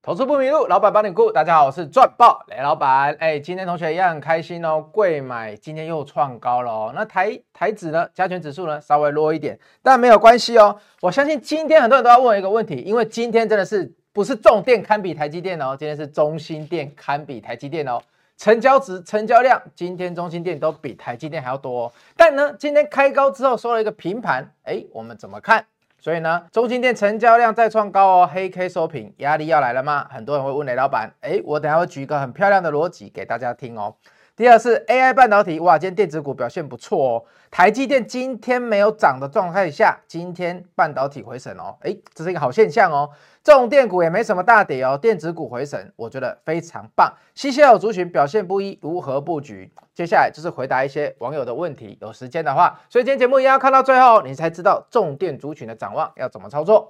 投资不迷路，老板帮你顾。大家好，我是赚爆雷老板。今天同学一样很开心哦，贵买今天又创高了哦。那台指呢，加权指数呢稍微弱一点，但没有关系哦。我相信今天很多人都要问我一个问题，因为今天真的是不是重电堪比台积电哦，今天是中兴电堪比台积电哦。成交值、成交量，今天中兴电都比台积电还要多哦。但呢，今天开高之后收了一个平盘，我们怎么看？所以呢，中兴电成交量再创高哦，黑 K 收平，压力要来了吗？很多人会问雷老板，我等一下会举一个很漂亮的逻辑给大家听哦。第二是 AI 半导体，哇，今天电子股表现不错哦。台积电今天没有涨的状态下，今天半导体回神哦，这是一个好现象哦。重电股也没什么大跌哦，电子股回神，我觉得非常棒。CCL 族群表现不一，如何布局？接下来就是回答一些网友的问题，有时间的话，所以今天节目一定要看到最后，你才知道重电族群的展望要怎么操作。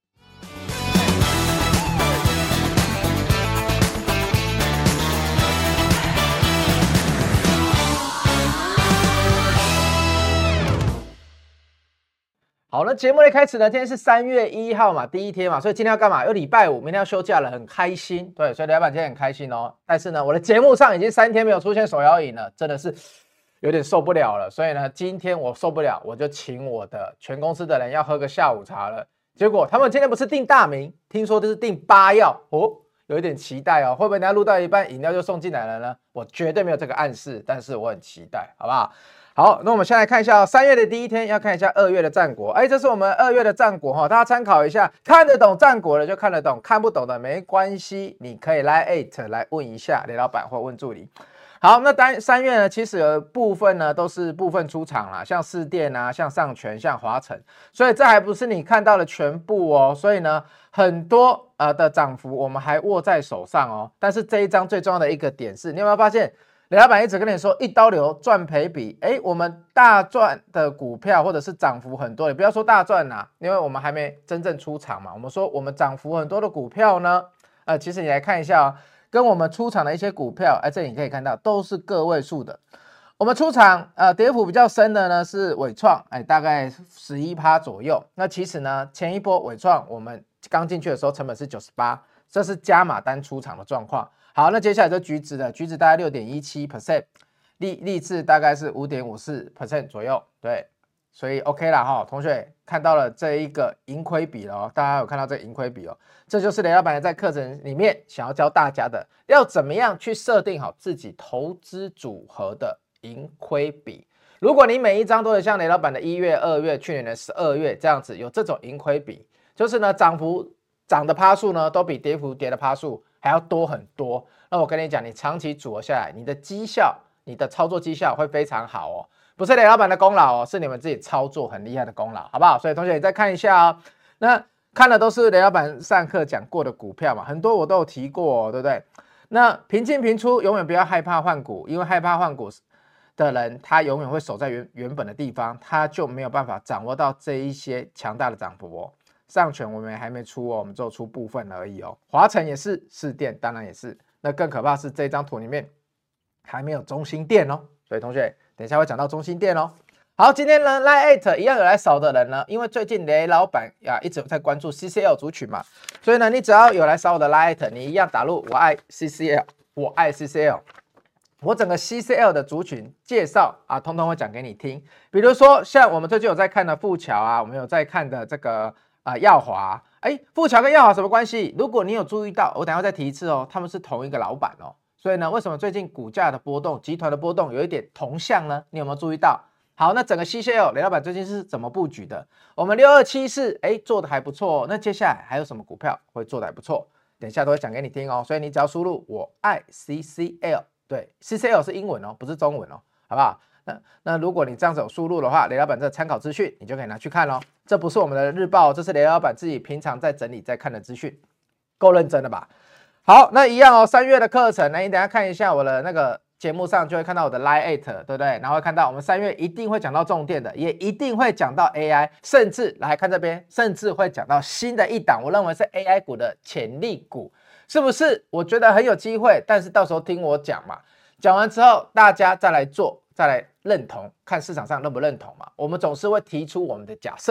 好，那节目的开始呢，今天是3月1号嘛，第一天嘛，所以今天要干嘛？有礼拜五，明天要休假了，很开心。对，所以雷老板今天很开心哦。但是呢，我的节目上已经3天没有出现手摇饮了，真的是有点受不了了。所以呢，今天我受不了，我就请我的全公司的人要喝个下午茶了。结果他们今天不是订大名，听说这是订8药哦，有一点期待哦。会不会等下录到一半饮料就送进来了呢？我绝对没有这个暗示，但是我很期待，好不好？好，那我们先来看一下3月的第一天，要看一下2月的战果。这是我们2月的战果哈，大家参考一下，看得懂战果的就看得懂，看不懂的没关系，你可以来来问一下雷老板或问助理。好，那3月呢，其实有部分呢都是部分出场啦，像士电啊，像上权，像华城，所以这还不是你看到的全部哦。所以呢，很多的涨幅我们还握在手上哦。但是这一张最重要的一个点是，你有没有发现？雷老板一直跟你说一刀流赚赔比，我们大赚的股票或者是涨幅很多，你不要说大赚啦，因为我们还没真正出场嘛。我们说我们涨幅很多的股票呢，其实你来看一下跟我们出场的一些股票，这里你可以看到都是个位数的。我们出场跌幅比较深的呢是伟创，大概11%左右。那其实呢，前一波伟创我们刚进去的时候成本是98%，这是加码单出场的状况。好，那接下来就橘子的，橘子大概 6.17%， 励志大概是 5.54% 左右，对，所以 OK 啦哈，同学看到了这一个盈亏比了哦，大家有看到这个盈亏比哦，这就是雷老板在课程里面想要教大家的，要怎么样去设定好自己投资组合的盈亏比。如果你每一张都有像雷老板的1月、2月、去年的12月这样子，有这种盈亏比，就是呢涨幅涨的趴数呢都比跌幅跌的趴数还要多很多。那我跟你讲，你长期组合下来，你的绩效，你的操作绩效会非常好哦，不是雷老板的功劳哦，是你们自己操作很厉害的功劳，好不好？所以同学你再看一下哦，那看的都是雷老板上课讲过的股票嘛，很多我都有提过哦，对不对？那平进平出，永远不要害怕换股，因为害怕换股的人，他永远会守在原本的地方，他就没有办法掌握到这一些强大的涨幅哦。上权我们还没出哦，我们只有出部分而已哦。华城也是，士电当然也是。那更可怕是这张图里面还没有中兴电哦，所以同学等一下会讲到中兴电哦。好，今天呢 Line@ 一样有来扫的人呢，因为最近雷老板一直在关注 CCL 族群嘛，所以呢你只要有来扫我的 Line@， 你一样打入我爱 CCL， 我爱 CCL。我整个 CCL 的族群介绍通通会讲给你听。比如说像我们最近有在看的富桥我们有在看的这个耀华，富桥跟耀华什么关系？如果你有注意到，我等一下再提一次哦，他们是同一个老板哦。所以呢，为什么最近股价的波动、集团的波动有一点同向呢？你有没有注意到？好，那整个 CCL 雷老板最近是怎么布局的？我们6274做的还不错哦。那接下来还有什么股票会做的还不错？等一下都会讲给你听哦。所以你只要输入我爱 CCL。对 ，CCL 是英文哦，不是中文哦，好不好？那如果你这样子有输入的话，雷老板这参考资讯你就可以拿去看咯。这不是我们的日报，这是雷老板自己平常在整理在看的资讯，够认真了吧？好，那一样哦，3月的课程，你等一下看一下我的那个节目上就会看到我的 Line@， 对不对？然后会看到我们3月一定会讲到重点的，也一定会讲到 AI， 甚至来看这边，甚至会讲到新的一档，我认为是 AI 股的潜力股。是不是？我觉得很有机会，但是到时候听我讲嘛，讲完之后大家再来做，再来认同，看市场上认不认同嘛。我们总是会提出我们的假设，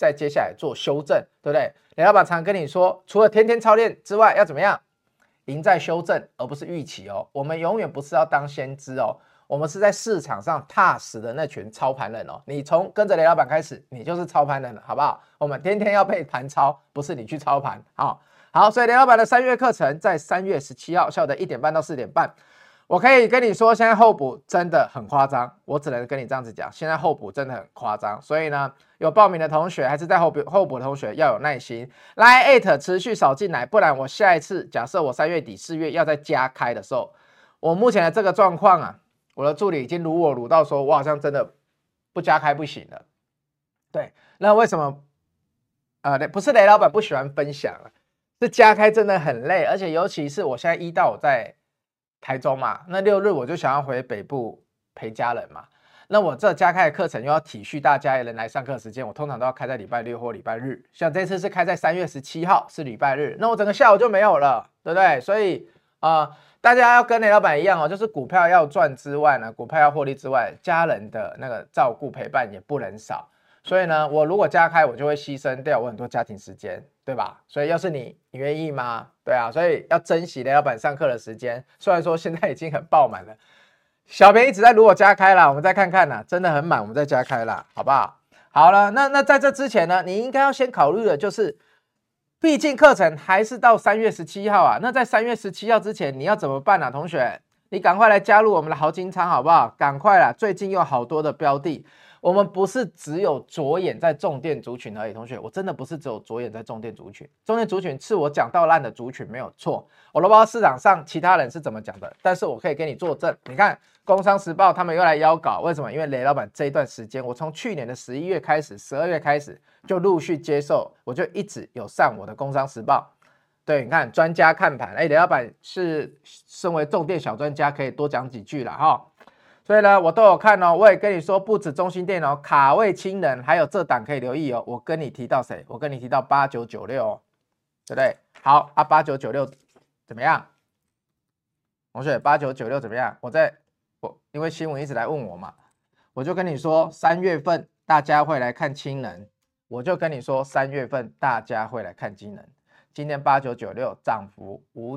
再接下来做修正，对不对？雷老板常跟你说，除了天天操练之外，要怎么样？赢在修正，而不是预期哦。我们永远不是要当先知哦，我们是在市场上踏实的那群操盘人哦。你从跟着雷老板开始，你就是操盘人了，好不好？我们天天要被盘操，不是你去操盘啊。好，所以雷老板的3月课程在3月17号下午的1点半到4点半。我可以跟你说，现在候补真的很夸张，我只能跟你这样子讲，现在候补真的很夸张。所以呢，有报名的同学还是在候补的同学要有耐心，来持续扫进来，不然我下一次假设我3月底4月要再加开的时候，我目前的这个状况啊，我的助理已经撸到说，我好像真的不加开不行了。对，那为什么？不是雷老板不喜欢分享，是加开真的很累，而且尤其是我现在1到我在台中嘛，那6日我就想要回北部陪家人嘛。那我这加开的课程又要体恤大家人来上课时间，我通常都要开在礼拜六或礼拜日。像这次是开在3月17号，是礼拜日，那我整个下午就没有了，对不对？所以大家要跟雷老板一样哦，就是股票要赚之外呢，股票要获利之外，家人的那个照顾陪伴也不能少。所以呢，我如果加开，我就会牺牲掉我很多家庭时间，对吧？所以要是你愿意吗？对啊，所以要珍惜雷老板上课的时间。虽然说现在已经很爆满了，小编一直在如果加开啦，我们再看看啦，真的很满，我们再加开啦，好不好？好了，那在这之前呢，你应该要先考虑的就是，毕竟课程还是到3月17号啊。那在3月17号之前，你要怎么办啊，同学？你赶快来加入我们的豪金仓，好不好？赶快啦！最近有好多的标的。我们不是只有着眼在重电族群而已，同学，我真的不是只有着眼在重电族群。重电族群是我讲到烂的族群，没有错。我都不知道市场上其他人是怎么讲的，但是我可以给你作证。你看，《工商时报》他们又来邀稿，为什么？因为雷老板这一段时间，我从去年的11月开始，12月开始就陆续接受，我就一直有上我的《工商时报》。对，你看专家看盘，雷老板是身为重电小专家，可以多讲几句了哈。所以呢，我都有看哦，我也跟你说，不止中兴电哦，卡位氢能，还有这档可以留意哦。我跟你提到谁？我跟你提到8996哦，对不对？好啊，8996怎么样？同学，8996怎么样？因为新闻一直来问我嘛，我就跟你说，3月份大家会来看氢能，我就跟你说3月份大家会来看氢能。今天8996涨幅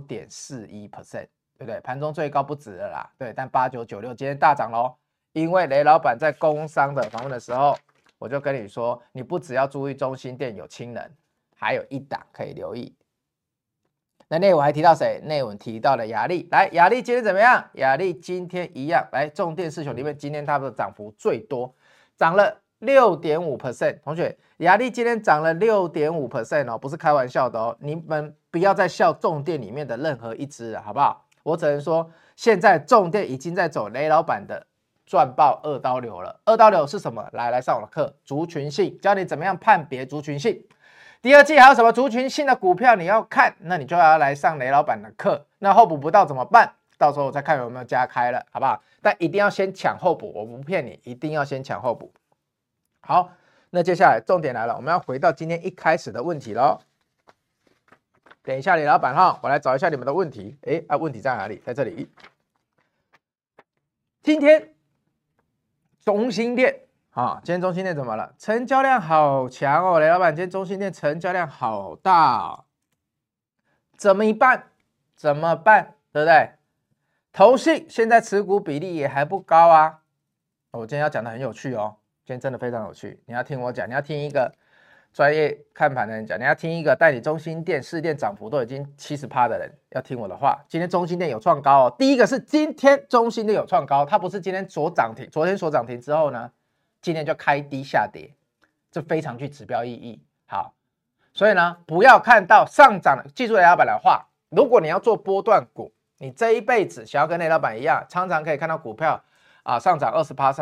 5.41%。对不对？盘中最高不止了啦，对，但8996今天大涨喽，因为雷老板在工商的访问的时候，我就跟你说，你不只要注意中兴电有氢能，还有一档可以留意。那内文还提到谁？内文提到了亚力，来，亚力今天怎么样？亚力今天一样，来，重电四雄里面，今天它的涨幅最多，涨了6.5%。同学，亚力今天涨了6.5%哦，不是开玩笑的哦，你们不要再笑重电里面的任何一只了，好不好？我只能说，现在重电已经在走雷老板的赚爆2刀流了。2刀流是什么？来上我的课，族群性，教你怎么样判别族群性。第二季还有什么族群性的股票你要看，那你就要来上雷老板的课。那候补不到怎么办？到时候我再看有没有加开了，好不好？但一定要先抢候补，我不骗你，一定要先抢候补。好，那接下来重点来了，我们要回到今天一开始的问题咯。等一下，雷老板哈，我来找一下你们的问题。问题在哪里？在这里。今天中兴电今天中兴电怎么了？成交量好强哦，雷老板，今天中兴电成交量好大哦，怎么办？怎么办？对不对？投信现在持股比例也还不高啊。我今天要讲的很有趣哦，今天真的非常有趣，你要听我讲，你要听一个专业看盘的人讲，你要听一个带你中兴电、市电涨幅都已经70%的人，要听我的话。今天中兴电有创高哦，第一个是今天中兴电有创高，它不是今天所涨停，昨天所涨停之后呢，今天就开低下跌，这非常具指标意义。好，所以呢，不要看到上涨，记住雷老板的话，如果你要做波段股，你这一辈子想要跟雷老板一样，常常可以看到股票上涨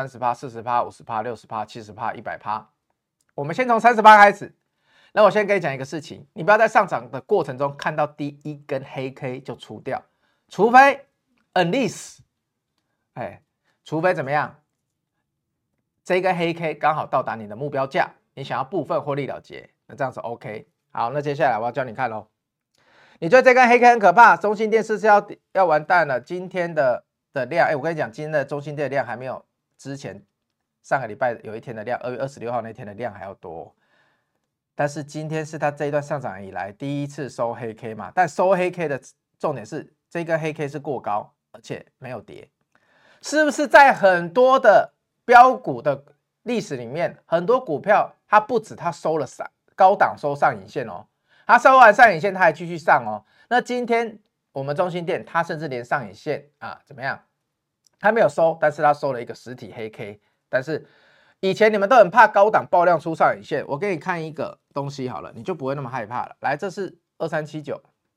20%、30%、40%、50%、60%、70%、100%。我们先从30%开始。那我先跟你讲一个事情，你不要在上涨的过程中看到第一根黑 K 就出掉，除非 unless， 除非怎么样，这根黑 K 刚好到达你的目标价，你想要部分获利了结，那这样子 OK。好，那接下来我要教你看咯。你觉得这根黑 K 很可怕，中兴电是要完蛋了。今天的量，我跟你讲，今天的中兴电的量还没有之前上个礼拜有一天的量，2月26号那天的量还要多。 但是今天是它这一段上涨以来第一次收黑 K 嘛，但收黑 K 的重点是这根黑 K 是过高，而且没有跌，是不是在很多的标股的历史里面，很多股票它不止它收了高档收上影线哦，它收完上影线它还继续上哦。那今天我们中心店它甚至连上影线啊怎么样，它没有收，但是它收了一个实体黑 K。但是以前你们都很怕高档爆量出上影线，我给你看一个东西好了，你就不会那么害怕了。来，这是2379，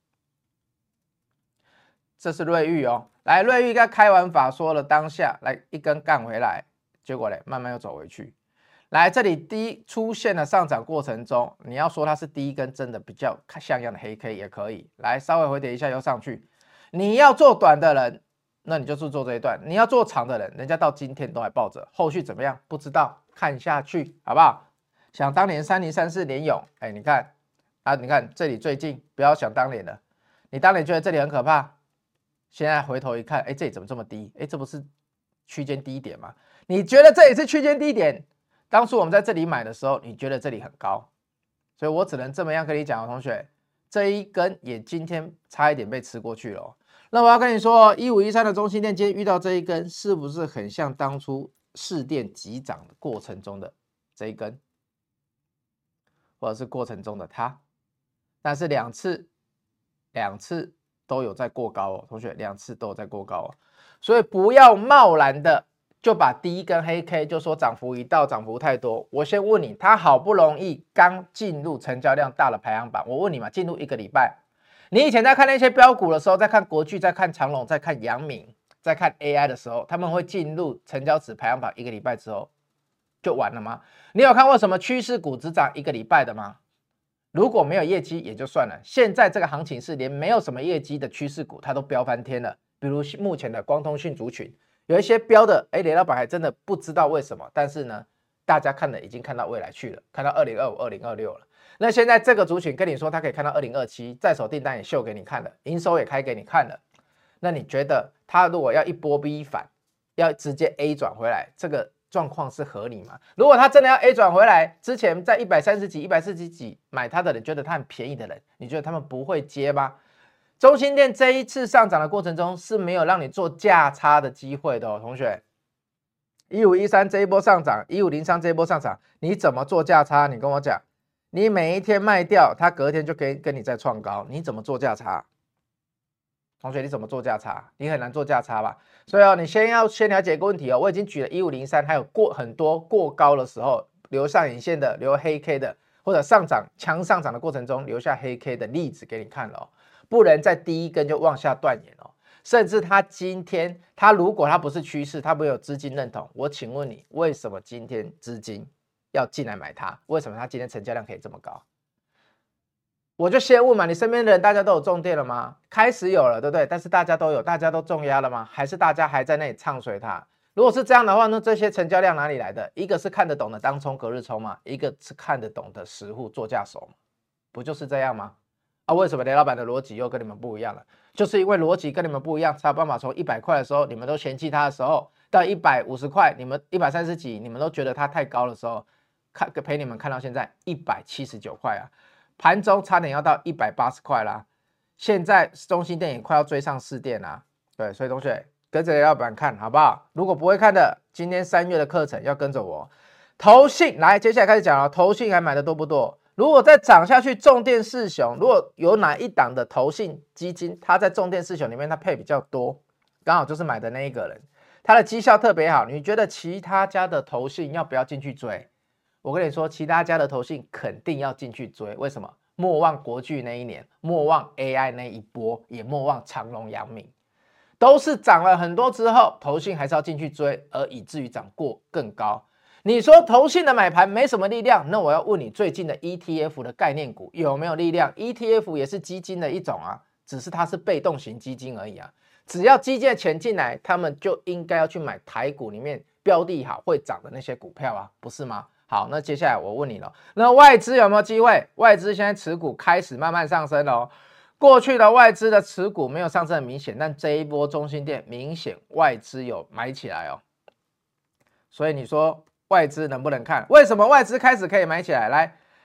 这是瑞昱哦。来，瑞昱刚开完法说了，当下来一根干回来，结果嘞慢慢又走回去。来，这里出现了上涨过程中，你要说它是第一根真的比较像样的黑 K 也可以。来，稍微回跌一下又上去。你要做短的人，那你就是做这一段；你要做长的人，人家到今天都还抱着，后续怎么样不知道，看下去好不好？想当年3034联咏，哎，你看啊，你看这里最近不要想当年了，你当年觉得这里很可怕，现在回头一看，哎，这里怎么这么低？哎，这不是区间低点吗？你觉得这里是区间低点？当初我们在这里买的时候，你觉得这里很高，所以我只能这么样跟你讲，同学，这一根也今天差一点被吃过去了。那我要跟你说，1513的中心店今天遇到这一根，是不是很像当初市电急涨的过程中的这一根，或者是过程中的它？但是两次都有在过高哦，同学，两次都有在过高哦，所以不要贸然的就把第一根黑 K 就说涨幅一到，涨幅太多。我先问你，它好不容易刚进入成交量大的排行榜，我问你嘛，进入1个礼拜，你以前在看那些标股的时候，在看国巨，在看长荣，在看阳明，在看 AI 的时候，他们会进入成交值排行榜1个礼拜之后就完了吗？你有看过什么趋势股只涨1个礼拜的吗？如果没有业绩也就算了，现在这个行情是连没有什么业绩的趋势股它都飙翻天了，比如目前的光通讯族群。有一些标的，雷老板还真的不知道为什么，但是呢，大家看的已经看到未来去了，看到2025、2026了。那现在这个族群跟你说，他可以看到2027，在手订单也秀给你看了，营收也开给你看了。那你觉得他如果要一波 B 反，要直接 A 转回来，这个状况是合理吗？如果他真的要 A 转回来，之前在130几、140几买他的人，觉得他很便宜的人，你觉得他们不会接吗？中兴电这一次上涨的过程中是没有让你做价差的机会的哦，同学。1513这一波上涨，1503这一波上涨，你怎么做价差？你跟我讲，你每一天卖掉，它隔天就跟你再创高，你怎么做价差？同学，你怎么做价差？你很难做价差吧？所以哦，你先了解一个问题哦，我已经举了1503，还有很多过高的时候留上影线的、留黑 K 的，或者强上涨的过程中留下黑 K 的例子给你看了哦。不能在第一根就妄下断言哦，甚至他今天如果他不是趋势，他没有资金认同，我请问你，为什么今天资金要进来买它？为什么他今天成交量可以这么高？我就先问嘛，你身边的人大家都有中电了吗？开始有了，对不对？但是大家都重压了吗？还是大家还在那里唱衰它？如果是这样的话，那这些成交量哪里来的？一个是看得懂的当冲隔日冲嘛，一个是看得懂的实户做价手嘛，不就是这样吗？啊，为什么雷老板的逻辑又跟你们不一样了？就是因为逻辑跟你们不一样，才有办法从100块的时候你们都嫌弃它的时候，到150块，你们130几，你们都觉得它太高的时候，陪你们看到现在179块啊，盘中差点要到180块啦。现在中兴电也快要追上市电啦，对，所以同学跟着雷老板看好不好？如果不会看的，今天3月的课程要跟着我。投信来，接下来开始讲了，投信还买的多不多？如果再涨下去，重电四雄，如果有哪一档的投信基金，它在重电四雄里面它配比较多，刚好就是买的那一个人，它的绩效特别好，你觉得其他家的投信要不要进去追？我跟你说，其他家的投信肯定要进去追，为什么？莫忘国巨那一年，莫忘 AI 那一波，也莫忘长荣、阳明，都是涨了很多之后，投信还是要进去追，而以至于涨过更高。你说投信的买盘没什么力量，那我要问你，最近的 ETF 的概念股有没有力量？ ETF 也是基金的一种啊，只是它是被动型基金而已啊。只要基金的钱进来，他们就应该要去买台股里面标的好会涨的那些股票啊，不是吗？好，那接下来我问你了，那外资有没有机会？外资现在持股开始慢慢上升哦。过去的外资的持股没有上升很明显，但这一波中兴电明显外资有买起来哦。所以你说外资能不能看？为什么外资开始可以买起来？来，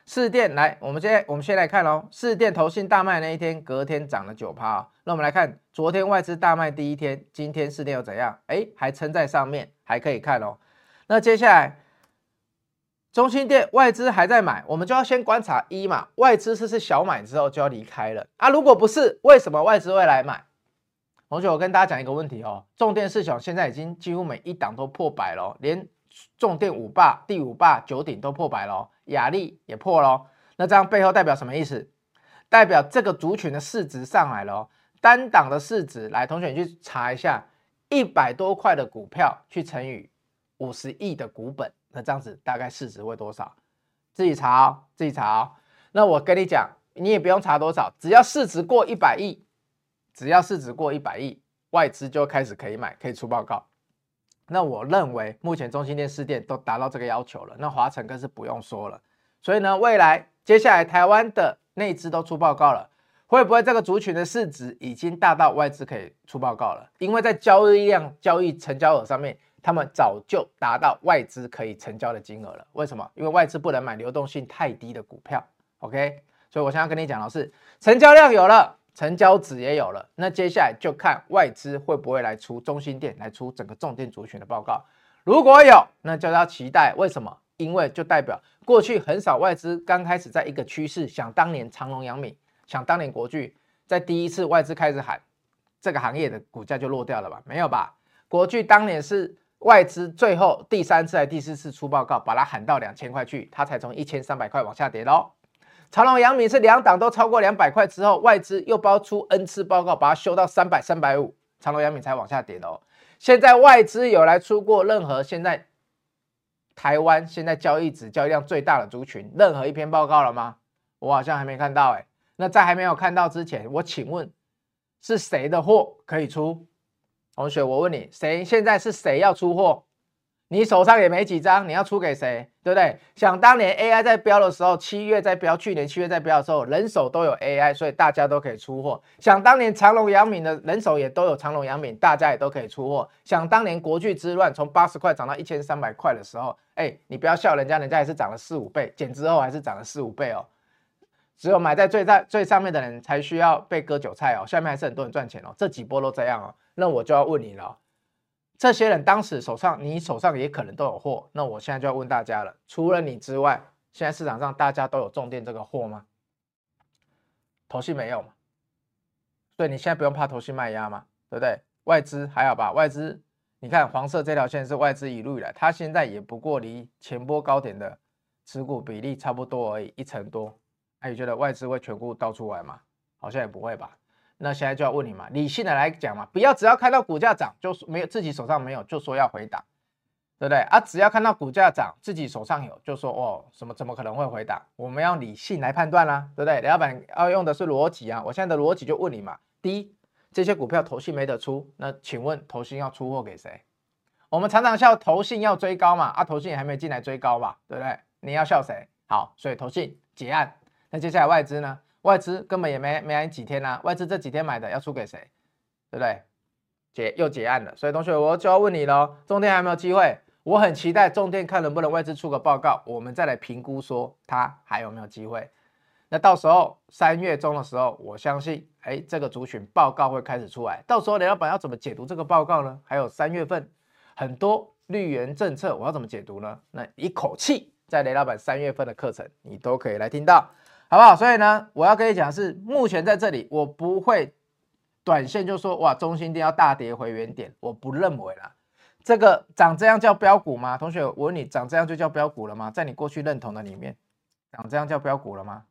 市电来，我们先来看喽。市电投信大卖那一天，隔天涨了9%哦。那我们来看昨天外资大卖第一天，今天市电又怎样？还撑在上面，还可以看哦。那接下来中兴电外资还在买，我们就要先观察一嘛，外资是小买之后就要离开了啊。如果不是，为什么外资会来买？同学，我跟大家讲一个问题哦，重电四雄现在已经几乎每一档都破百了，连重电5霸、第5霸、九鼎都破百了，亚力也破了。那这样背后代表什么意思？代表这个族群的市值上来了，单档的市值，来，同学你去查一下，100多块的股票去乘以50亿的股本，那这样子大概市值会多少？自己查哦，自己查哦。那我跟你讲，你也不用查多少，只要市值过100亿。只要市值过100亿，外资就开始可以买，可以出报告。那我认为目前中兴电、市电都达到这个要求了，那华城更是不用说了。所以呢，未来接下来台湾的内资都出报告了，会不会这个族群的市值已经大到外资可以出报告了？因为在交易量、交易成交额上面，他们早就达到外资可以成交的金额了。为什么？因为外资不能买流动性太低的股票。OK， 所以我想要跟你讲的是，成交量有了。成交值也有了，那接下来就看外资会不会来出中兴电，来出整个重电族群的报告。如果有，那就要期待。为什么？因为就代表过去很少外资刚开始在一个趋势，想当年长荣、阳明，想当年国巨，在第一次外资开始喊，这个行业的股价就落掉了吧？没有吧？国巨当年是外资最后第3次还第4次出报告，把它喊到2000块去，它才从1300块往下跌咯。长荣、阳明是2档都超过200块之后，外资又包出 N 次报告，把它修到300、350，长荣、阳明才往下跌的哦。现在外资有来出过任何现在台湾现在交易量最大的族群任何一篇报告了吗？我好像还没看到哎。那在还没有看到之前，我请问是谁的货可以出？同学，我问你，现在是谁要出货？你手上也没几张，你要出给谁？对不对？想当年 AI 在飙的时候，7月在飙，去年7月在飙的时候，人手都有 AI， 所以大家都可以出货。想当年长荣、阳明的人手也都有长荣、阳明，大家也都可以出货。想当年国巨之乱从80块涨到1300块的时候，你不要笑人家，人家也是涨了4-5倍，减之后还是涨了4-5倍哦。只有买在最上面的人才需要被割韭菜哦，下面还是很多人赚钱哦。这几波都这样哦，那我就要问你了。这些人当时你手上也可能都有货，那我现在就要问大家了，除了你之外，现在市场上大家都有重电这个货吗？投信没有嘛，所以你现在不用怕投信卖压嘛，对不对？外资还好吧？外资你看黄色这条线是外资一路以来，它现在也不过离前波高点的持股比例差不多而已，1成多。你觉得外资会全部倒出来吗？好像也不会吧。那现在就要问你嘛，理性的来讲嘛，不要只要看到股价涨就没有自己手上没有就说要回档，对不对啊？只要看到股价涨自己手上有就说哦怎么可能会回档？我们要理性来判断啦，对不对？老板要用的是逻辑啊，我现在的逻辑就问你嘛，第一，这些股票投信没得出，那请问投信要出货给谁？我们常常笑投信要追高嘛，投信也还没进来追高嘛，对不对？你要笑谁？好，所以投信结案，那接下来外资呢？外资根本也没来几天啊，外资这几天买的要出给谁？对不对？又结案了，所以同学我就要问你咯，重电还有没有机会？我很期待重电看能不能外资出个报告，我们再来评估说它还有没有机会。那到时候3月中的时候，我相信这个族群报告会开始出来，到时候雷老板要怎么解读这个报告呢？还有3月份很多绿源政策我要怎么解读呢？那一口气在雷老板3月份的课程你都可以来听到。好不好？所以呢，我要跟你讲的是，目前在这里，我不会短线就说哇，中兴电要大跌回原点，我不认为啦。这个涨这样叫标股吗？同学，我问你，涨这样就叫标股了吗？在你过去认同的里面，涨这样叫标股了吗？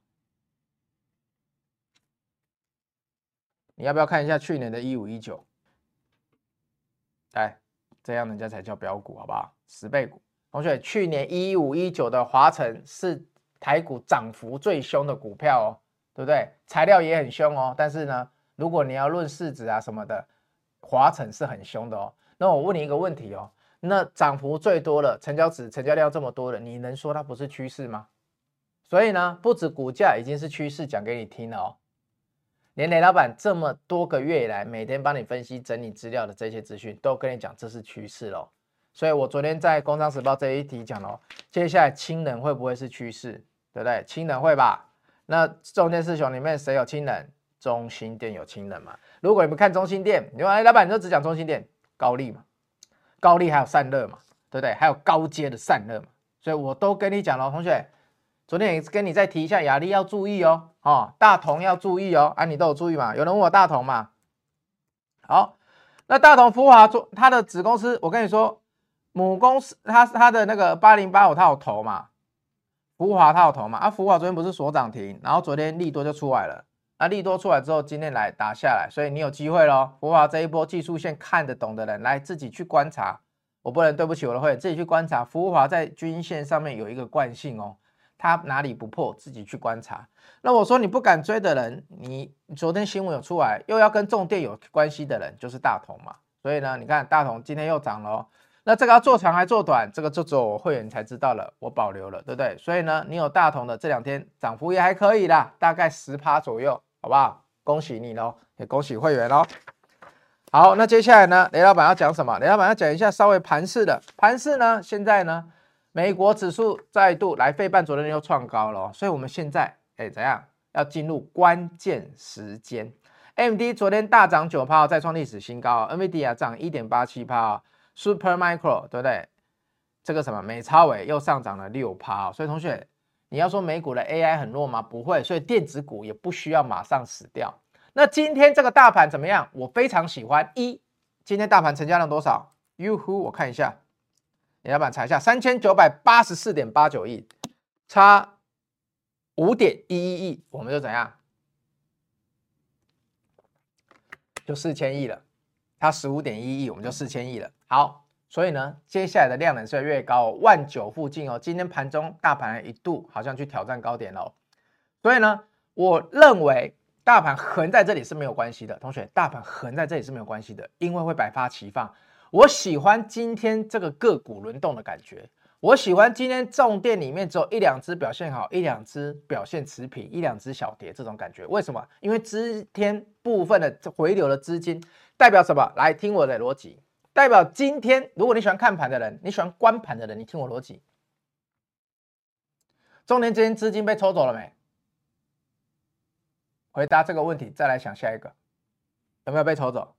你要不要看一下去年的1519？来，这样人家才叫标股，好不好？10倍股。同学，去年1519的华城是台股涨幅最凶的股票哦，对不对？材料也很凶哦，但是呢，如果你要论市值啊什么的，华城是很凶的哦。那我问你一个问题哦，那涨幅最多了，成交量这么多了，你能说它不是趋势吗？所以呢，不止股价已经是趋势，讲给你听了哦。连雷老板这么多个月以来，每天帮你分析整理资料的这些资讯，都跟你讲这是趋势咯。所以我昨天在《工商时报》这一题讲了，接下来氢能会不会是趋势？ 对不对？氢能会吧？那中电四雄里面谁有氢能？中兴电有氢能嘛？如果你不看中兴电，你说哎，老板你就只讲中兴电，高力嘛，高力还有散热嘛，对不对？还有高阶的散热嘛，所以我都跟你讲了，同学，昨天也跟你再提一下，亚力要注意哦，大同要注意哦，你都有注意嘛？有人问我大同嘛？好，那大同福华做它的子公司，我跟你说，母公司它的那个8085它有投嘛，福华它有投嘛，福华昨天不是锁涨停，然后昨天利多就出来了。利多出来之后，今天来打下来，所以你有机会咯。福华这一波技术线看得懂的人，来自己去观察。我不能对不起我的会员，自己去观察。福华在均线上面有一个惯性哦，它哪里不破，自己去观察。那我说你不敢追的人，你昨天新闻有出来，又要跟重电有关系的人，就是大同嘛。所以呢，你看大同今天又涨了哦。那这个要做长还做短，这个就只有我会员才知道了，我保留了，对不对？所以呢，你有大同的这2天涨幅也还可以啦，大概10%左右。好不好？恭喜你咯，也恭喜会员咯。好，那接下来呢，雷老板要讲什么？雷老板要讲一下稍微盘势的。盘势呢，现在呢，美国指数再度来费半昨天又创高了，所以我们现在怎样？要进入关键时间。AMD 昨天大涨9%，再创历史新高。NVIDIA 涨1.87%。Super Micro 对不对？这个什么美超微又上涨了6%。所以同学。你要说美股的 AI 很弱吗？不会，所以电子股也不需要马上死掉。那今天这个大盘怎么样？我非常喜欢。今天大盘成交量多少？哟呼，我看一下，你老板查一下，3984.89亿，差5.11亿，我们就怎样？就4000亿了。它15.1亿，我们就4000亿了。好。所以呢，接下来的量能是越高，19000附近哦。今天盘中大盘一度好像去挑战高点哦。所以呢，我认为大盘横在这里是没有关系的，同学，大盘横在这里是没有关系的，因为会百花齐放。我喜欢今天这个个股轮动的感觉，我喜欢今天重电里面只有1-2只表现好，1-2只表现持平，1-2只小跌这种感觉。为什么？因为今天部分的回流的资金代表什么？来听我的逻辑。代表今天，如果你喜欢看盘的人，你喜欢观盘的人，你听我逻辑。重点今天资金被抽走了没？回答这个问题，再来想下一个，有没有被抽走？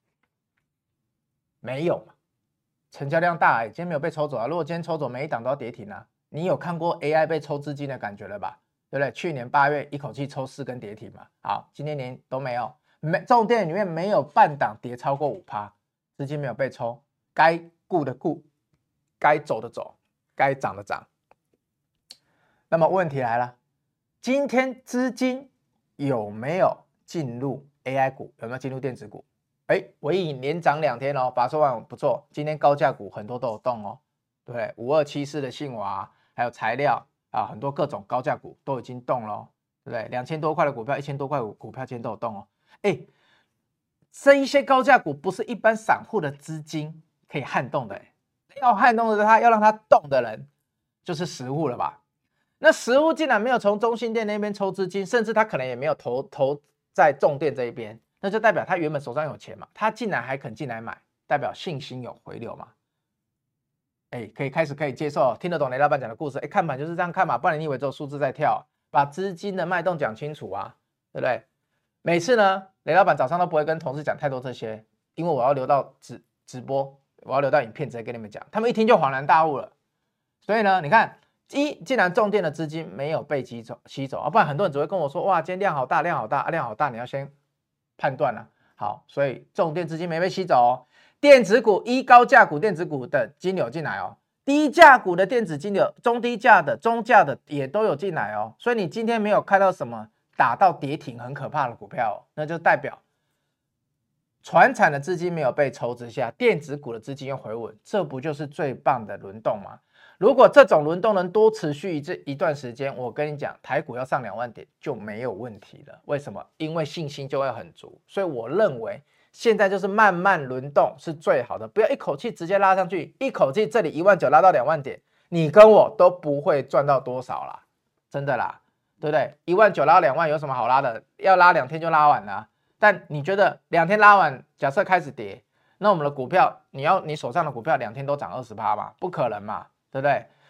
没有嘛，成交量大，今天没有被抽走啊。如果今天抽走，每一档都要跌停啊。你有看过 AI 被抽资金的感觉了吧？对不对？去年8月一口气抽4根跌停嘛。好，今天连都没有，重电里面没有半档跌超过5%。资金没有被抽，该顾的顾，该走的走，该涨的涨。那么问题来了，今天资金有没有进入 AI 股？有没有进入电子股？微影连涨2天哦，800万不错。今天高价股很多都有动哦，对不对？5274的信华，还有材料啊，很多各种高价股都已经动了哦，对不对？2000多块的股票，1000多块股票今天都有动哦。这一些高价股不是一般散户的资金可以撼动的，要撼动的它，要让它动的人就是实户了吧？那实户竟然没有从中兴电那边抽资金，甚至他可能也没有投在重电这一边，那就代表他原本手上有钱嘛，他竟然还肯进来买，代表信心有回流嘛？可以接受，听得懂雷老板讲的故事，看盘就是这样看嘛，不然你以为只有数字在跳，把资金的脉动讲清楚啊，对不对？每次呢，雷老板早上都不会跟同事讲太多这些，因为我要留到直播，我要留到影片直接跟你们讲，他们一听就恍然大悟了。所以呢，你看，既然重电的资金没有被吸走，不然很多人只会跟我说，哇，今天量好大，量好大，量好大，你要先判断了。好，所以重电资金没被吸走哦，电子股高价股电子股的金流进来哦，低价股的电子金流，中低价的、中价的也都有进来哦，所以你今天没有看到什么打到跌停很可怕的股票，那就代表传产的资金没有被抽之下，电子股的资金又回稳，这不就是最棒的轮动吗？如果这种轮动能多持续一段时间，我跟你讲，台股要上2万点就没有问题了。为什么？因为信心就会很足，所以我认为现在就是慢慢轮动是最好的，不要一口气直接拉上去，一口气这里19000拉到2万点，你跟我都不会赚到多少啦，真的啦。对不对？19000拉2万有什么好拉的？要拉2天就拉完了。但你觉得2天拉完，假设开始跌，那我们的股票，你手上的股票2天都涨20%嘛？不可能嘛，对不对？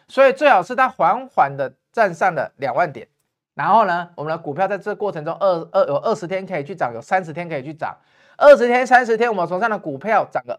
所以最好是它缓缓的站上了2万点，然后呢，我们的股票在这个过程中有20天可以去涨，有30天可以去涨，20天、30天，我们手上的股票涨个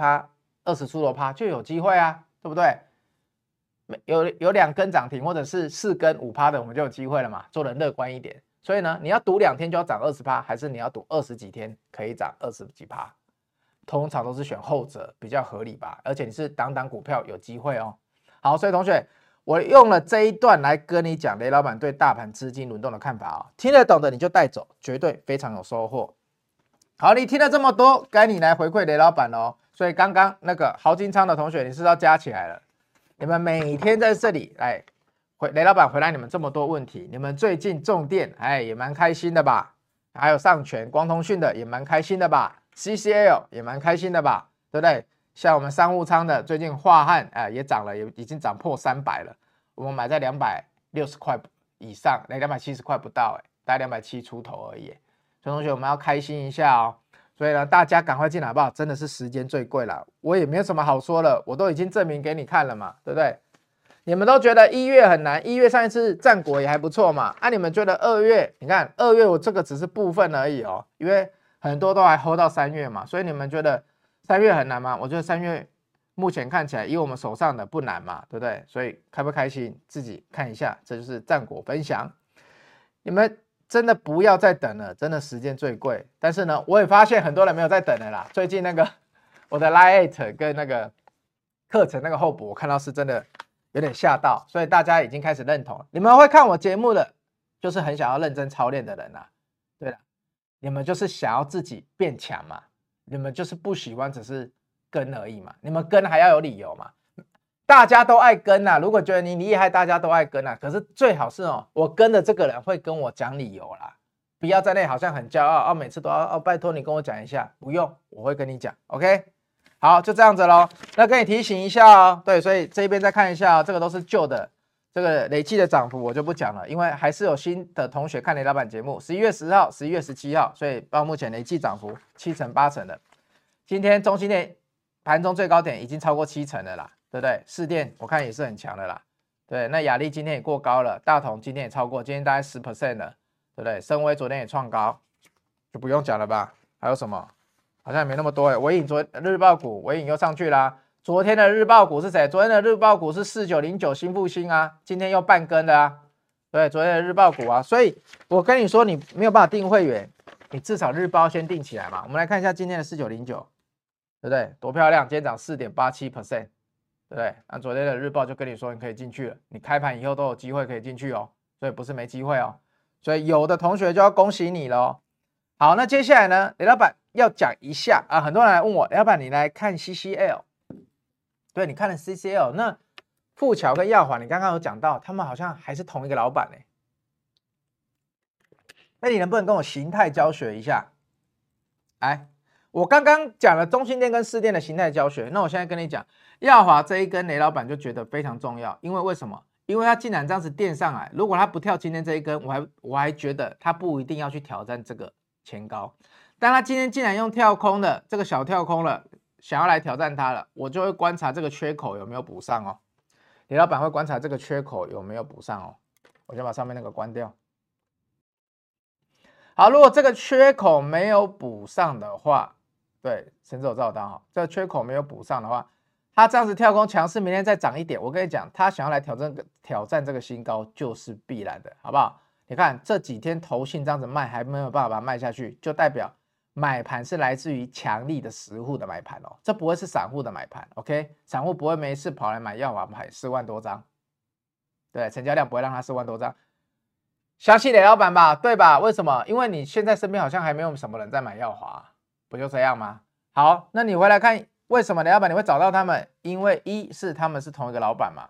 20%、20出头%就有机会啊，对不对？有2根涨停，或者是4根5%的，我们就有机会了嘛，做人乐观一点。所以呢，你要赌2天就要涨20%，还是你要赌20几天可以涨20几%？通常都是选后者比较合理吧，而且你是档股票有机会哦。好，所以同学，我用了这一段来跟你讲雷老板对大盘资金轮动的看法哦，听得懂的你就带走，绝对非常有收获。好，你听了这么多，该你来回馈雷老板哦。所以刚刚那个豪金仓的同学，你是要加起来了。你们每天在这里来雷老板回答你们这么多问题，你们最近重电也蛮开心的吧？还有上权、光通讯的也蛮开心的吧？ CCL 也蛮开心的吧，对不对？像我们商务舱的最近华汉也涨了，也已经涨破300了。我们买在260块以上，270块不到，大概270出头而已。所以同学我们要开心一下哦。所以呢，大家赶快进来好不好？真的是时间最贵了，我也没有什么好说了，我都已经证明给你看了嘛，对不对？你们都觉得1月很难，1月上一次战果也还不错嘛，你们觉得2月？你看2月我这个只是部分而已哦，因为很多都还 hold 到3月嘛，所以你们觉得3月很难吗？我觉得3月目前看起来以我们手上的不难嘛，对不对？所以开不开心自己看一下，这就是战果分享。你们真的不要再等了，真的时间最贵。但是呢，我也发现很多人没有在等了啦。最近那个我的 Lite 跟那个课程那个候补，我看到是真的有点吓到，所以大家已经开始认同。你们会看我节目的，就是很想要认真操练的人啦。对了，你们就是想要自己变强嘛，你们就是不喜欢只是跟而已嘛，你们跟还要有理由嘛。大家都爱跟啊，如果觉得你厉害，大家都爱跟啊。可是最好是哦，我跟的这个人会跟我讲理由啦，不要在那里好像很骄傲每次都要拜托你跟我讲一下，不用，我会跟你讲 ，OK？ 好，就这样子咯。那跟你提醒一下哦，对，所以这边再看一下这个都是旧的，这个累计的涨幅我就不讲了，因为还是有新的同学看雷老板节目，11月10号、11月17号，所以到目前累计涨幅7成8成的。今天中心店盘中最高点已经超过7成了啦。对不对？市电我看也是很强的啦，对，那亚力今天也过高了，大同今天也超过，今天大概10% 了，对不对？深威昨天也创高，就不用讲了吧？还有什么？好像也没那么多哎。伟影日报股，伟影又上去啦。昨天的日报股是谁？昨天的日报股是4909新复兴啊，今天又半根的啊，对，昨天的日报股啊，所以我跟你说，你没有办法订会员，你至少日报先订起来嘛。我们来看一下今天的4909，对不对？多漂亮，今天涨4.87%。对不对？那昨天的日报就跟你说你可以进去了，你开盘以后都有机会可以进去哦，所以不是没机会哦。所以有的同学就要恭喜你了哦。好，那接下来呢，雷老板要讲一下啊，很多人来问我，雷老板你来看 CCL， 对，你看了 CCL， 那富桥跟耀华，你刚刚有讲到，他们好像还是同一个老板呢。那你能不能跟我形态教学一下？来，我刚刚讲了中心店跟市电的形态教学，那我现在跟你讲。耀华这一根雷老板就觉得非常重要，因为为什么？因为他竟然这样子垫上来，如果他不跳今天这一根，我还觉得他不一定要去挑战这个前高，但他今天竟然用跳空的这个小跳空了，想要来挑战它了，我就会观察这个缺口有没有补上哦。雷老板会观察这个缺口有没有补上哦。我先把上面那个关掉。好，如果这个缺口没有补上的话，对，神手照单哈，这个缺口没有补上的话。他这样子跳空强势，明天再涨一点，我跟你讲，他想要来挑战这个新高就是必然的，好不好？你看这几天投信这样子卖，还没有办法把它卖下去，就代表买盘是来自于强力的实户的买盘哦，这不会是散户的买盘 ，OK？ 散户不会没事跑来买耀华买4万多张，对，成交量不会让他4万多张，相信雷老板吧，对吧？为什么？因为你现在身边好像还没有什么人在买耀华，不就这样吗？好，那你回来看。为什么雷老板你会找到他们？因为一是他们是同一个老板嘛，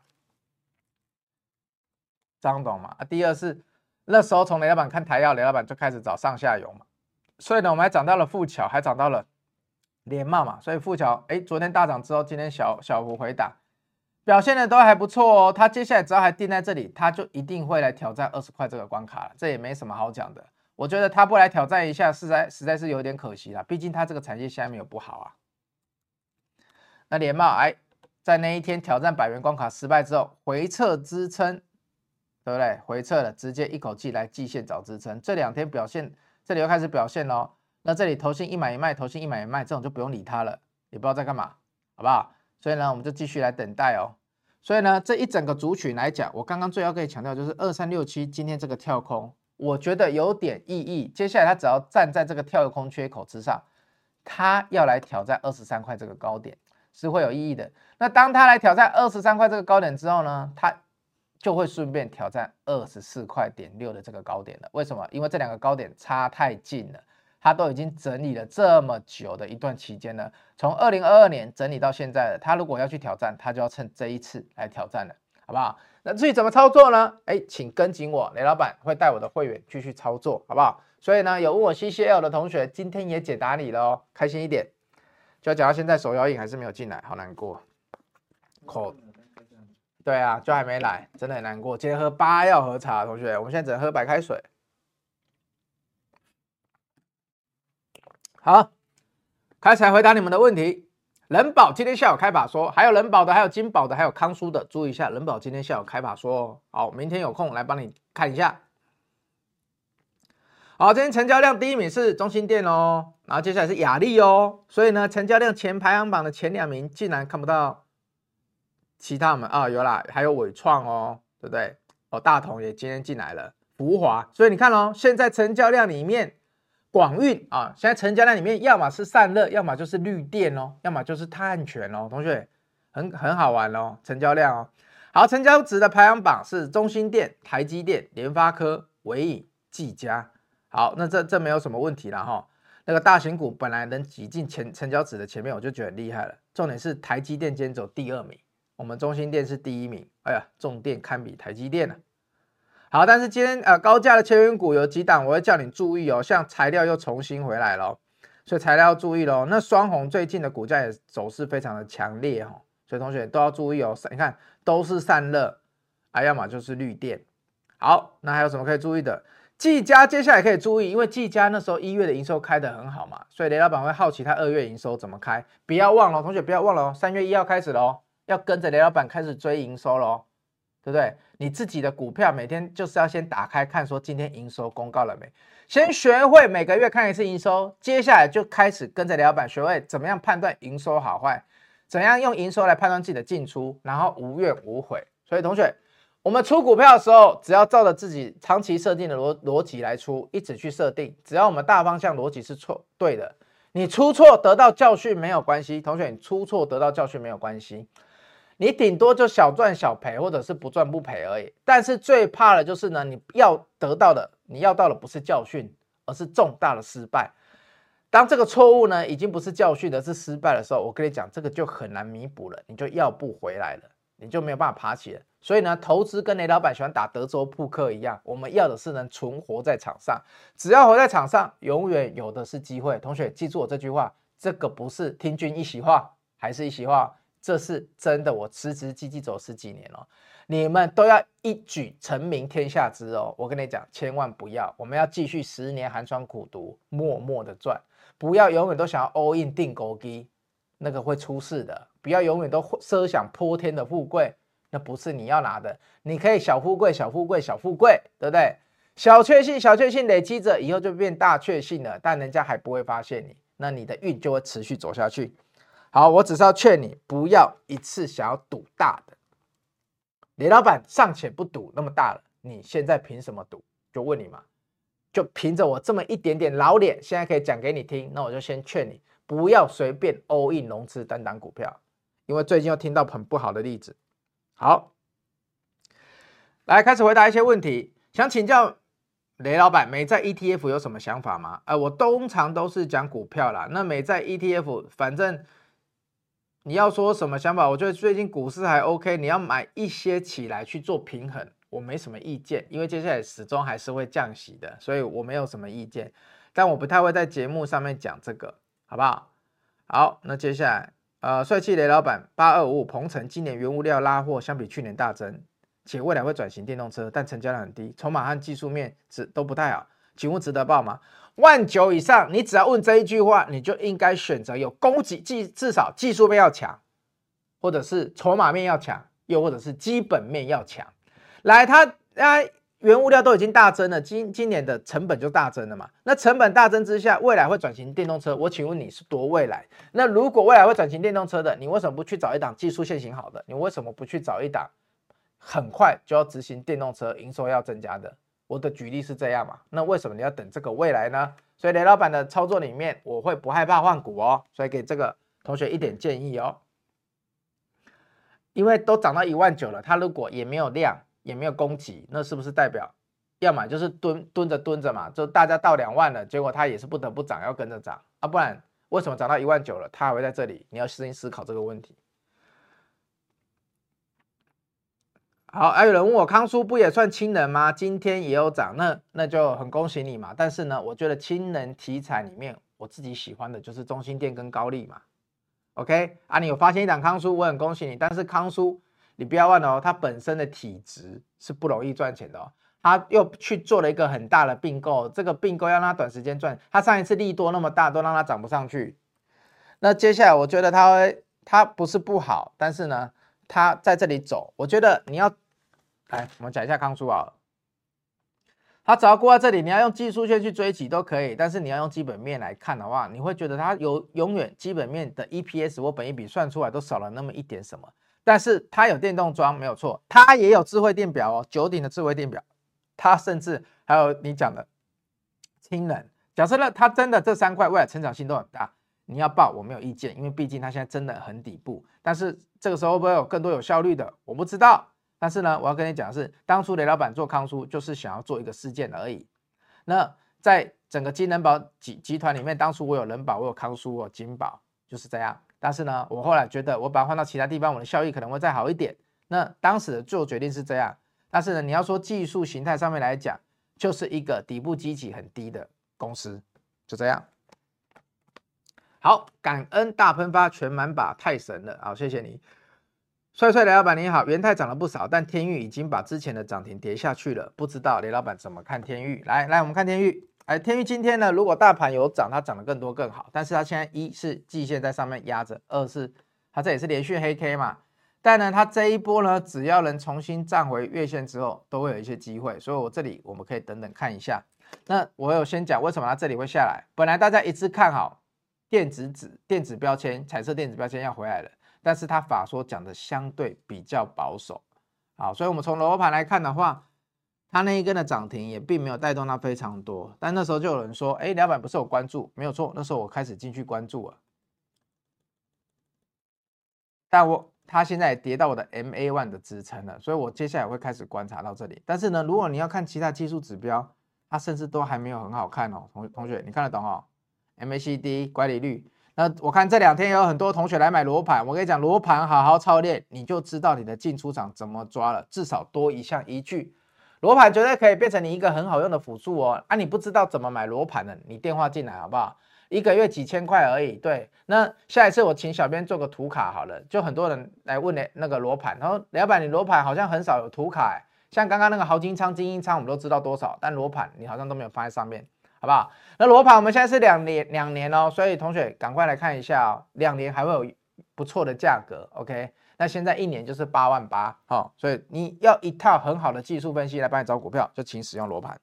张董嘛。第二是那时候从雷老板看台药，雷老板就开始找上下游嘛。所以呢，我们还涨到了富桥，还涨到了联茂嘛。所以富桥昨天大涨之后，今天小幅回档，表现的都还不错哦。他接下来只要还定在这里，他就一定会来挑战20块这个关卡了，这也没什么好讲的。我觉得他不来挑战一下，实在是有点可惜啦。毕竟他这个产业现在没有不好啊。那联茂在那一天挑战100元关卡失败之后，回撤支撑，对不对？回撤了，直接一口气来季线找支撑。这2天表现，这里又开始表现咯。那这里投信一买一卖，投信一买一卖，这种就不用理它了，也不知道在干嘛，好不好？所以呢，我们就继续来等待哦。所以呢，这一整个族群来讲，我刚刚最要跟你强调就是2367今天这个跳空，我觉得有点意义。接下来它只要站在这个跳空缺口之上，它要来挑战23块这个高点，是会有意义的。那当它来挑战23块这个高点之后呢，它就会顺便挑战24块点6的这个高点了。为什么？因为这2个高点差太近了。它都已经整理了这么久的一段期间了，从2022年整理到现在了。它如果要去挑战，它就要趁这一次来挑战了，好不好？那至于怎么操作呢？请跟紧我，雷老板会带我的会员继续操作，好不好？所以呢，有问我 CCL 的同学，今天也解答你了哦，开心一点。就讲到现在，手摇饮还是没有进来，好难过。对啊，就还没来，真的很难过。今天喝8药喝茶，同学，我们现在只能喝白开水。好，开始来回答你们的问题。人保今天下午开法说，还有人保的，还有金宝的，还有康舒的，注意一下，人保今天下午开法说哦。好，明天有空来帮你看一下。好，今天成交量第一名是中兴电哦，然后接下来是雅力哦，所以呢，成交量前排行榜的前2名竟然看不到其他们啊，有啦，还有伟创哦，对不对？哦，大同也今天进来了，福华，所以你看哦，现在成交量里面。广运啊，现在成交量里面要么是散热，要么就是绿电哦，要么就是碳权哦，同学很好玩哦，成交量哦。好，成交值的排行榜是中兴电、台积电、联发科、伟影、技嘉。好，那这没有什么问题了哈。那个大型股本来能挤进成交值的前面，我就觉得很厉害了。重点是台积电今天走第2名，我们中兴电是第1名。哎呀，重电堪比台积电了。好，但是今天高价的千元股有几档，我会叫你注意哦。像材料又重新回来了，所以材料要注意咯。那双红最近的股价也走势非常的强烈哦，所以同学都要注意哦。你看都是散热，要么就是绿电。好，那还有什么可以注意的？技嘉接下来可以注意，因为技嘉那时候1月的营收开得很好嘛，所以雷老板会好奇他2月营收怎么开。不要忘了，同学不要忘了哦，3月1号开始咯，要跟着雷老板开始追营收咯。对不对？你自己的股票每天就是要先打开看，说今天营收公告了没？先学会每个月看一次营收，接下来就开始跟着雷老板学会怎么样判断营收好坏，怎样用营收来判断自己的进出，然后无怨无悔。所以同学，我们出股票的时候，只要照着自己长期设定的逻辑来出，一直去设定，只要我们大方向逻辑是对的，你出错得到教训没有关系。同学，你出错得到教训没有关系。你顶多就小赚小赔，或者是不赚不赔而已。但是最怕的就是呢，你要到的不是教训，而是重大的失败。当这个错误呢已经不是教训的，是失败的时候，我跟你讲，这个就很难弥补了，你就要不回来了，你就没有办法爬起了。所以呢，投资跟雷老板喜欢打德州扑克一样，我们要的是能存活在场上。只要活在场上，永远有的是机会。同学记住我这句话，这个不是听君一席话，还是一席话。这是真的，我实际走10几年哦，你们都要一举成名天下知哦。我跟你讲，千万不要，我们要继续10年寒窗苦读，默默的赚，不要永远都想要 all in 定勾机，那个会出事的。不要永远都奢想泼天的富贵，那不是你要拿的。你可以小富贵，小富贵，小富贵，对不对？小确幸，小确幸累积着，以后就变大确幸了，但人家还不会发现你，那你的运就会持续走下去。好，我只是要劝你不要一次想要赌大的。雷老板尚且不赌那么大了，你现在凭什么赌？就问你嘛，就凭着我这么一点点老脸，现在可以讲给你听，那我就先劝你不要随便 all in 融资单档股票，因为最近又听到很不好的例子。好，来开始回答一些问题，想请教雷老板，美债 ETF 有什么想法吗？我通常都是讲股票啦，那美债 ETF 反正。你要说什么想法？我觉得最近股市还 OK， 你要买一些起来去做平衡，我没什么意见，因为接下来始终还是会降息的，所以我没有什么意见。但我不太会在节目上面讲这个，好不好？好，那接下来帅气雷老板8255鹏程今年原物料拉货相比去年大增，且未来会转型电动车，但成交量很低，筹码和技术面都不太好，请问值得报吗？1.9以上，你只要问这一句话，你就应该选择有供给至少技术面要强， 或者是筹码面要强，又或者是基本面要强。来，它原物料都已经大增了，今年的成本就大增了嘛。那成本大增之下，未来会转型电动车，我请问你是多未来？那如果未来会转型电动车的，你为什么不去找一档技术线型好的？你为什么不去找一档很快就要执行电动车营收要增加的？我的举例是这样嘛。那为什么你要等这个未来呢？所以雷老板的操作里面，我会不害怕换股哦，所以给这个同学一点建议哦。因为都涨到19000了，它如果也没有量，也没有供给，那是不是代表，要么就是蹲着嘛，就大家到2万了，结果它也是不得不涨，要跟着涨啊，不然为什么涨到19000了，它还会在这里？你要先思考这个问题。好，还有人问我康舒不也算氢能吗？今天也有涨，那就很恭喜你嘛。但是呢，我觉得氢能题材里面，我自己喜欢的就是中兴电跟高力嘛。OK 啊，你有发现一档康舒，我很恭喜你。但是康舒，你不要忘了哦，它本身的体质是不容易赚钱的哦。它又去做了一个很大的并购，这个并购要让它短时间赚。它上一次利多那么大，都让它涨不上去。那接下来我觉得它不是不好，但是呢，它在这里走，我觉得你要来，我们讲一下康舒啊。它只要过在这里，你要用技术线去追击都可以，但是你要用基本面来看的话，你会觉得它永远基本面的 EPS 或本益比算出来都少了那么一点什么。但是它有电动装没有错，它也有智慧电表哦，9鼎的智慧电表，它甚至还有你讲的氢能。假设呢，它真的这3块未来成长性都很大，你要报我没有意见，因为毕竟它现在真的很底部。但是这个时候会不会有更多有效率的，我不知道。但是呢，我要跟你讲的是，当初雷老板做康舒就是想要做一个事件而已。那在整个金人保集团里面，当初我有人保，我有康舒，我有金保，就是这样。但是呢，我后来觉得我把它换到其他地方，我的效益可能会再好一点。那当时的做决定是这样。但是呢，你要说技术形态上面来讲，就是一个底部基期很低的公司，就这样。好，感恩大喷发全满把，太神了，好，谢谢你。帅帅雷老板你好，元泰涨了不少，但天钰已经把之前的涨停跌下去了，不知道雷老板怎么看天钰？来，我们看天钰。天钰今天呢，如果大盘有涨，它涨得更多更好，但是它现在一是季线在上面压着，二是它这也是连续黑 K 嘛，但呢，它这一波呢，只要能重新站回月线之后，都会有一些机会，所以这里我们可以等等看一下。那我有先讲为什么它这里会下来，本来大家一致看好电子标签、彩色电子标签要回来了。但是他法说讲的相对比较保守，好，所以我们从楼盘来看的话，它那一根的涨停也并没有带动它非常多。但那时候就有人说，老板不是有关注，没有错，那时候我开始进去关注了。但它现在也跌到我的 MA1 的支撑了，所以我接下来会开始观察到这里。但是呢，如果你要看其他技术指标，它甚至都还没有很好看哦，同学你看得懂哦 ？MACD 乖离率。那我看这2天有很多同学来买罗盘，我跟你讲，罗盘好好操练，你就知道你的进出场怎么抓了，至少多一项依据。罗盘绝对可以变成你一个很好用的辅助哦。你不知道怎么买罗盘的，你电话进来好不好？1个月几千块而已。对，那下一次我请小编做个图卡好了，就很多人来问那个罗盘，然后雷老板你罗盘好像很少有图卡，像刚刚那个豪金仓、精英仓我们都知道多少，但罗盘你好像都没有放在上面。好不好？那罗盘我们现在是两年哦，所以同学赶快来看一下哦，2年还会有不错的价格 ，OK？ 那现在1年就是8万8，好，所以你要一套很好的技术分析来帮你找股票，就请使用罗盘。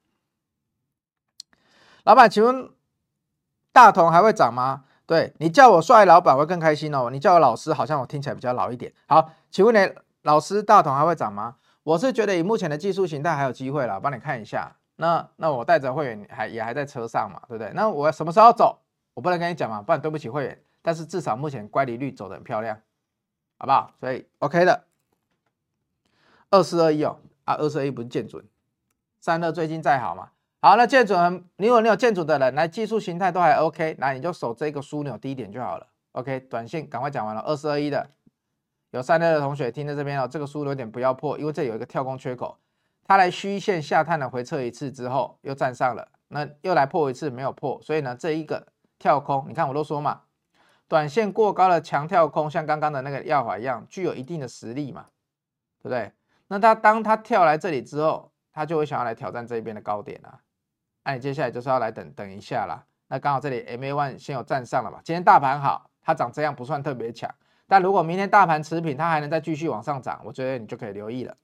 老板，请问大同还会涨吗？对，你叫我帅老板我会更开心哦，你叫我老师好像我听起来比较老一点。好，请问你老师大同还会涨吗？我是觉得以目前的技术形态还有机会啦，帮你看一下。那我带着会员也还在车上嘛，对不对？那我什么时候走？我不能跟你讲嘛，不然对不起会员。但是至少目前乖离率走得很漂亮，好不好？所以 OK 的。2421哦，2421不是建准，32最近再好嘛。好，那建准，如果你有建准的人，来技术形态都还 OK， 来你就守这个枢纽低点就好了。OK， 短线赶快讲完了。2421的有32的同学听在这边哦，这个枢纽点不要破，因为这有一个跳空缺口。它来虚线下探的回撤一次之后又站上了，那又来破一次没有破，所以呢这一个跳空，你看我都说嘛，短线过高的强跳空，像刚刚的那个耀华一样，具有一定的实力嘛，对不对？那当它跳来这里之后，它就会想要来挑战这边的高点啊，那你接下来就是要来等一下啦。那刚好这里 MA1 先有站上了嘛，今天大盘好，它长这样不算特别强， 但如果明天大盘持平，它还能再继续往上涨，我觉得你就可以留意了。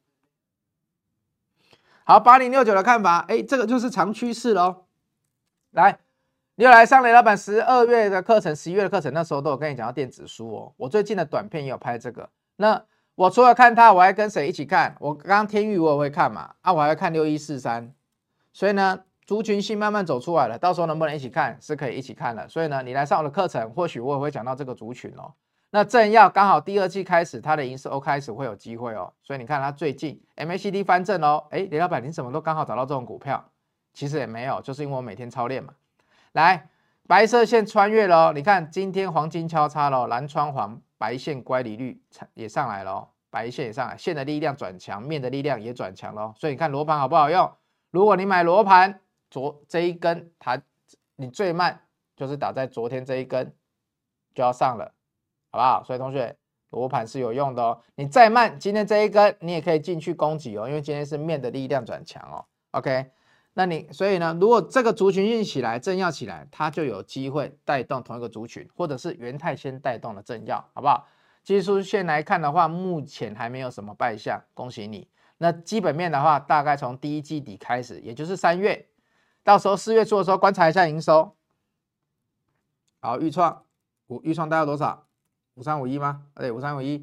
好，8069的看法，这个就是长趋势咯。来，你有来上雷老板12月的课程、11月的课程，那时候都有跟你讲到电子书哦。我最近的短片也有拍这个。那我除了看它，我还跟谁一起看？我刚刚天宇我也会看嘛，我还会看6143。所以呢，族群性慢慢走出来了，到时候能不能一起看？是可以一起看的。所以呢，你来上我的课程，或许我也会讲到这个族群哦。那正要刚好第二季开始，它的营收开始会有机会哦。所以你看它最近 MACD 翻正哦，雷老板你怎么都刚好找到这种股票？其实也没有，就是因为我每天操练嘛。来，白色线穿越了，你看今天黄金交叉了，蓝穿黄，白线乖离率也上来了，白线也上来，线的力量转强，面的力量也转强了。所以你看罗盘好不好用？如果你买罗盘，这一根你最慢就是打在昨天这一根就要上了，好不好？所以同学，罗盘是有用的哦。你再慢，今天这一根你也可以进去攻击哦，因为今天是面的力量转强哦。OK， 所以呢，如果这个族群性起来，正要起来，它就有机会带动同一个族群，或者是元泰先带动的正要，好不好？技术线来看的话，目前还没有什么败象，恭喜你。那基本面的话，大概从第一季底开始，也就是3月，到时候4月初的时候观察一下营收。好，预创大概多少？5351吗？对，5351。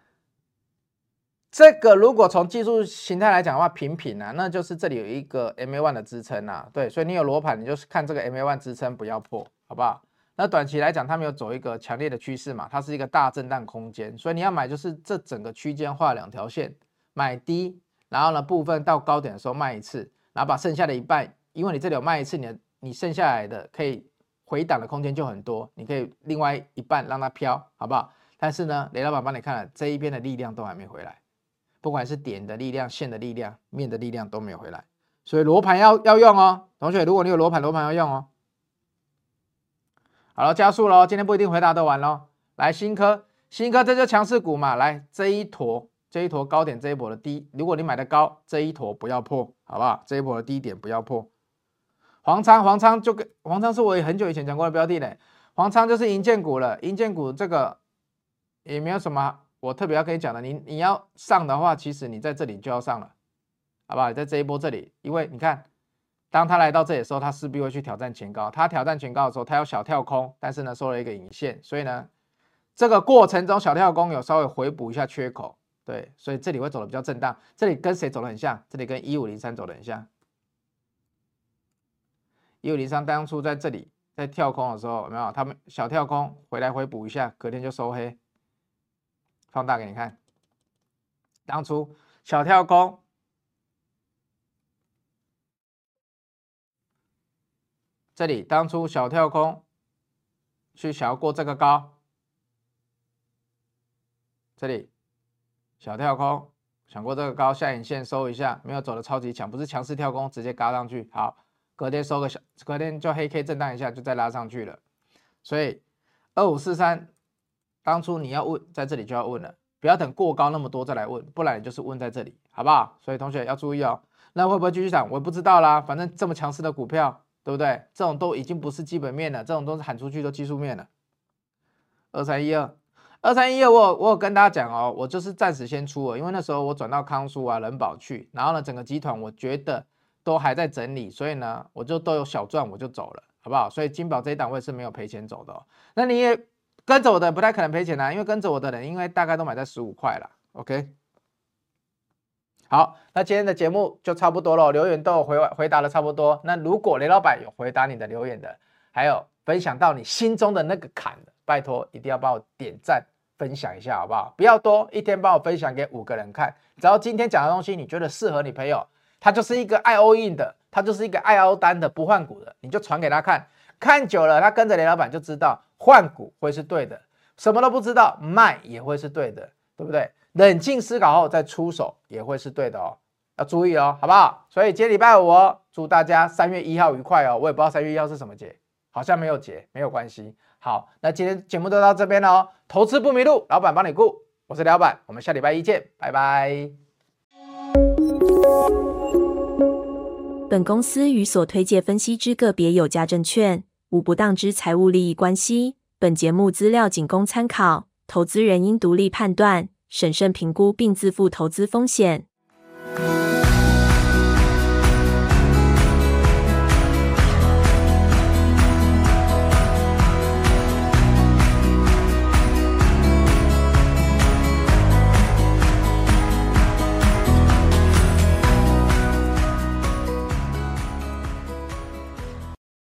这个如果从技术形态来讲的话，平平啊，那就是这里有一个 MA1 的支撑啊，对，所以你有罗盘，你就是看这个 MA1 支撑不要破，好不好？那短期来讲，它没有走一个强烈的趋势嘛，它是一个大震荡空间，所以你要买就是这整个区间画2条线。买低，然后呢部分到高点的时候卖一次，然后把剩下的一半，因为你这里有卖一次，你剩下来的可以回档的空间就很多，你可以另外一半让它飘，好不好？但是呢，雷老板帮你看了这一边的力量都还没回来，不管是点的力量、线的力量、面的力量都没有回来，所以罗盘要用哦，同学，如果你有罗盘要用哦。好了，加速咯，今天不一定回答得完咯。来，新科这就强势股嘛，来这一坨高点这一波的低，如果你买的高，这一坨不要破，好不好？这一波的低点不要破。黄昌是我很久以前讲过的标的嘞，黄昌就是营建股了，营建股这个也没有什么我特别要跟你讲的，你要上的话，其实你在这里就要上了，好不好？你在这一波这里，因为你看，当他来到这里的时候，他势必会去挑战前高，他挑战前高的时候，他有小跳空，但是呢收了一个影线，所以呢这个过程中小跳空有稍微回补一下缺口。对，所以这里会走的比较震荡，这里跟谁走的很像？这里跟1503走的很像。1503当初在这里在跳空的时候，有没有？他们小跳空回来回补一下，隔天就收黑。放大给你看，当初小跳空，这里当初小跳空去想要过这个高，这里。小跳空想过这个高下影线收一下，没有走的超级强，不是强势跳空直接嘎上去，好，隔天隔天就黑 K 震荡一下就再拉上去了。所以2543当初你要问在这里就要问了，不要等过高那么多再来问，不然你就是问在这里，好不好？所以同学要注意哦。那会不会继续涨？我也不知道啦，反正这么强势的股票，对不对？这种都已经不是基本面了，这种都是喊出去都技术面了。2312我有跟大家讲哦，我就是暂时先出了，因为那时候我转到康舒啊、人保去，然后呢整个集团我觉得都还在整理，所以呢我就都有小赚我就走了，好不好？所以金宝这一档我也是没有赔钱走的哦。那你也跟着我的不太可能赔钱啊，因为跟着我的人因为大概都买在15块啦 ，OK。好，那今天的节目就差不多了，留言都有回答的差不多。那如果雷老板有回答你的留言的，还有分享到你心中的那个坎的，拜托一定要帮我点赞分享一下好不好？不要多，一天帮我分享给5个人看。只要今天讲的东西你觉得适合你朋友，他就是一个爱 all in 的，他就是一个爱凹单的不换股的，你就传给他看，看久了他跟着雷老板就知道换股会是对的，什么都不知道卖也会是对的，对不对？冷静思考后再出手也会是对的哦，要注意哦，好不好？所以今天礼拜5哦，祝大家3月1号愉快哦。我也不知道3月1号是什么节，好像没有节，没有关系。好，那今天节目就到这边了哦。投资不迷路，老板帮你顾，我是雷老板，我们下礼拜1见，拜拜。 本公司与所推介分析之个别有价证券无不当之财务利益关系。本节目资料仅供参考， 投资人应独立判断、审慎评估并自负投资风险。